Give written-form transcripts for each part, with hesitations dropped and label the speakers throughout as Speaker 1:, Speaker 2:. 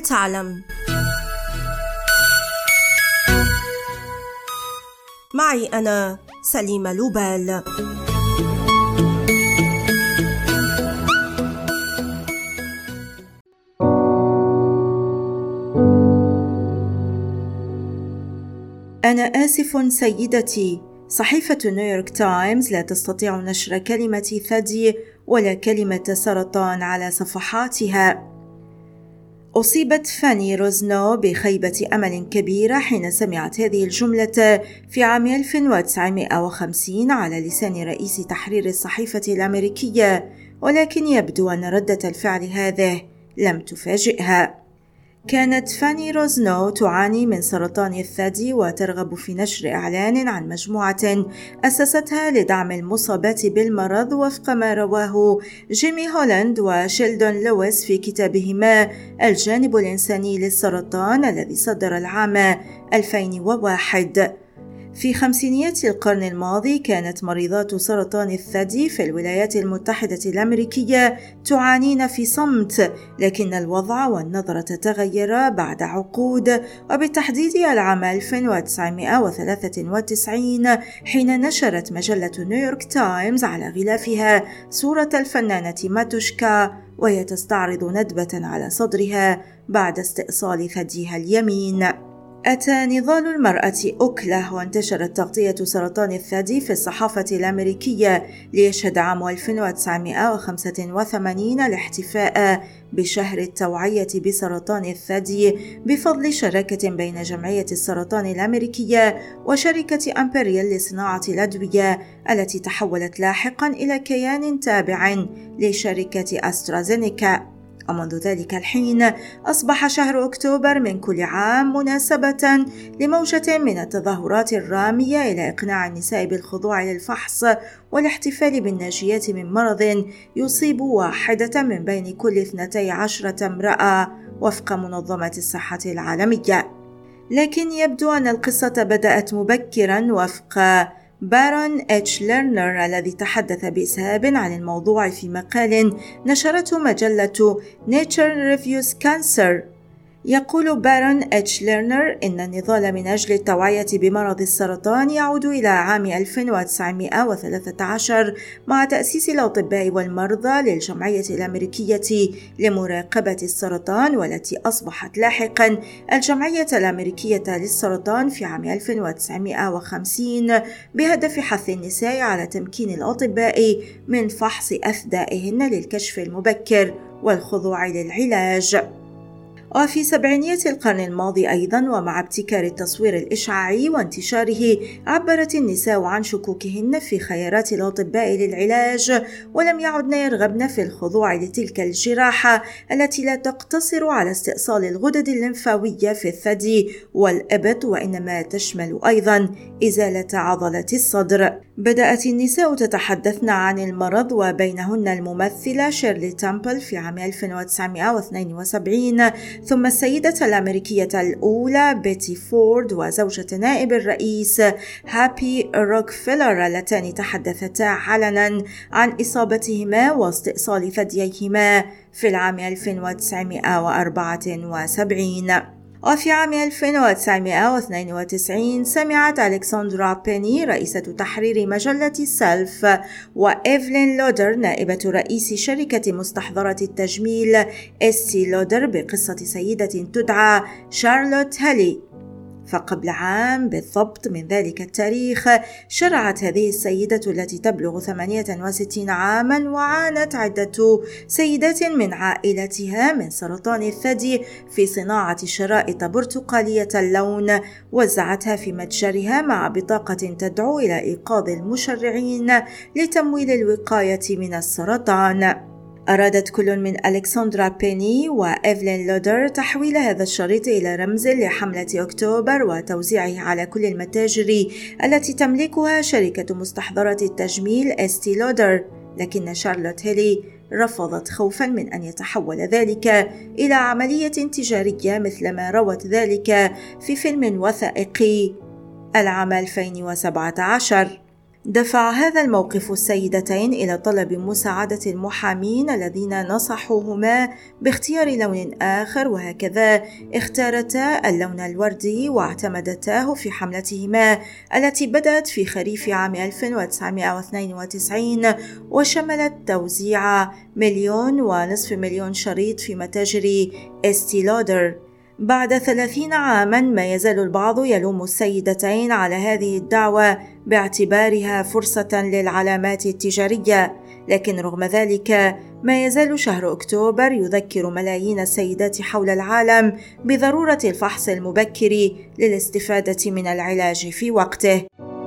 Speaker 1: ولتعلم. معي أنا سليمة لوبال.
Speaker 2: أنا آسف سيدتي، صحيفة نيويورك تايمز لا تستطيع نشر كلمة ثدي ولا كلمة سرطان على صفحاتها. أصيبت فاني روزنو بخيبة أمل كبيرة حين سمعت هذه الجملة في عام 1950 على لسان رئيس تحرير الصحيفة الأمريكية، ولكن يبدو أن ردة الفعل هذه لم تفاجئها. كانت فاني روزنو تعاني من سرطان الثدي وترغب في نشر إعلان عن مجموعة أسستها لدعم المصابات بالمرض، وفق ما رواه جيمي هولاند وشيلدون لويس في كتابهما الجانب الإنساني للسرطان الذي صدر العام 2001. في خمسينيات القرن الماضي كانت مريضات سرطان الثدي في الولايات المتحدة الأمريكية تعانين في صمت، لكن الوضع والنظرة تغير بعد عقود، وبالتحديد العام 1993 حين نشرت مجلة نيويورك تايمز على غلافها صورة الفنانة ماتوشكا وهي تستعرض ندبة على صدرها بعد استئصال ثديها اليمين. أتى نضال المرأة أكلة، وانتشرت تغطية سرطان الثدي في الصحافة الأمريكية، ليشهد عام 1985 الاحتفاء بشهر التوعية بسرطان الثدي بفضل شراكة بين جمعية السرطان الأمريكية وشركة أمبريال لصناعة الأدوية، التي تحولت لاحقا إلى كيان تابع لشركة أسترازينيكا. ومنذ ذلك الحين أصبح شهر أكتوبر من كل عام مناسبة لموجة من التظاهرات الرامية إلى إقناع النساء بالخضوع للفحص والاحتفال بالناجيات من مرض يصيب واحدة من بين كل 12 امرأة وفق منظمة الصحة العالمية. لكن يبدو أن القصة بدأت مبكرا وفق بارون اتش ليرنر، الذي تحدث بإسهاب عن الموضوع في مقال نشرته مجلة Nature Reviews Cancer. يقول بارون اتش ليرنر إن النضال من أجل التوعية بمرض السرطان يعود إلى عام 1913 مع تأسيس الأطباء والمرضى للجمعية الأمريكية لمراقبة السرطان، والتي أصبحت لاحقا الجمعية الأمريكية للسرطان في عام 1950 بهدف حث النساء على تمكين الأطباء من فحص أثدائهن للكشف المبكر والخضوع للعلاج. وفي سبعينيات القرن الماضي أيضا، ومع ابتكار التصوير الإشعاعي وانتشاره، عبرت النساء عن شكوكهن في خيارات الأطباء للعلاج، ولم يعدن يرغبن في الخضوع لتلك الجراحة التي لا تقتصر على استئصال الغدد الليمفاوية في الثدي والإبط، وإنما تشمل أيضا إزالة عضلة الصدر. بدأت النساء تتحدثن عن المرض، وبينهن الممثلة شيرلي تامبل في عام 1972، ثم السيدة الأمريكية الأولى بيتي فورد، وزوجة نائب الرئيس هابي روكفيلر، اللتان تحدثتا علنا عن إصابتهما واستئصال ثدييهما في العام 1974. وفي عام 1992 سمعت ألكسندرا بيني رئيسة تحرير مجلة سيلف وإيفلين لودر نائبة رئيس شركة مستحضرات التجميل إستي لودر بقصة سيدة تدعى شارلوت هالي. فقبل عام بالضبط من ذلك التاريخ شرعت هذه السيدة التي تبلغ 68 عاما، وعانت عدة سيدات من عائلتها من سرطان الثدي، في صناعة شرائط برتقالية اللون وزعتها في متجرها مع بطاقة تدعو إلى إيقاظ المشرعين لتمويل الوقاية من السرطان. أرادت كل من ألكسندرا بيني وإيفلين لودر تحويل هذا الشريط إلى رمز لحملة أكتوبر وتوزيعه على كل المتاجر التي تملكها شركة مستحضرات التجميل إستي لودر، لكن شارلوت هيلي رفضت خوفا من أن يتحول ذلك إلى عملية تجارية مثل ما روت ذلك في فيلم وثائقي العام 2017. دفع هذا الموقف السيدتين إلى طلب مساعدة المحامين الذين نصحوهما باختيار لون آخر، وهكذا اختارتا اللون الوردي واعتمدتاه في حملتهما التي بدأت في خريف عام 1992 وشملت توزيع 1.5 مليون شريط في متاجر إستي لودر. بعد 30 عاماً ما يزال البعض يلوم السيدتين على هذه الدعوة باعتبارها فرصة للعلامات التجارية، لكن رغم ذلك ما يزال شهر أكتوبر يذكر ملايين السيدات حول العالم بضرورة الفحص المبكر للاستفادة من العلاج في وقته.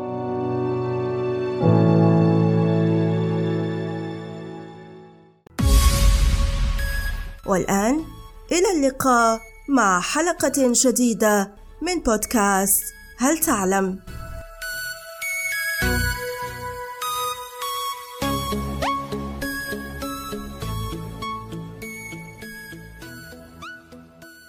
Speaker 1: والآن إلى اللقاء مع حلقة جديدة من بودكاست هل تعلم؟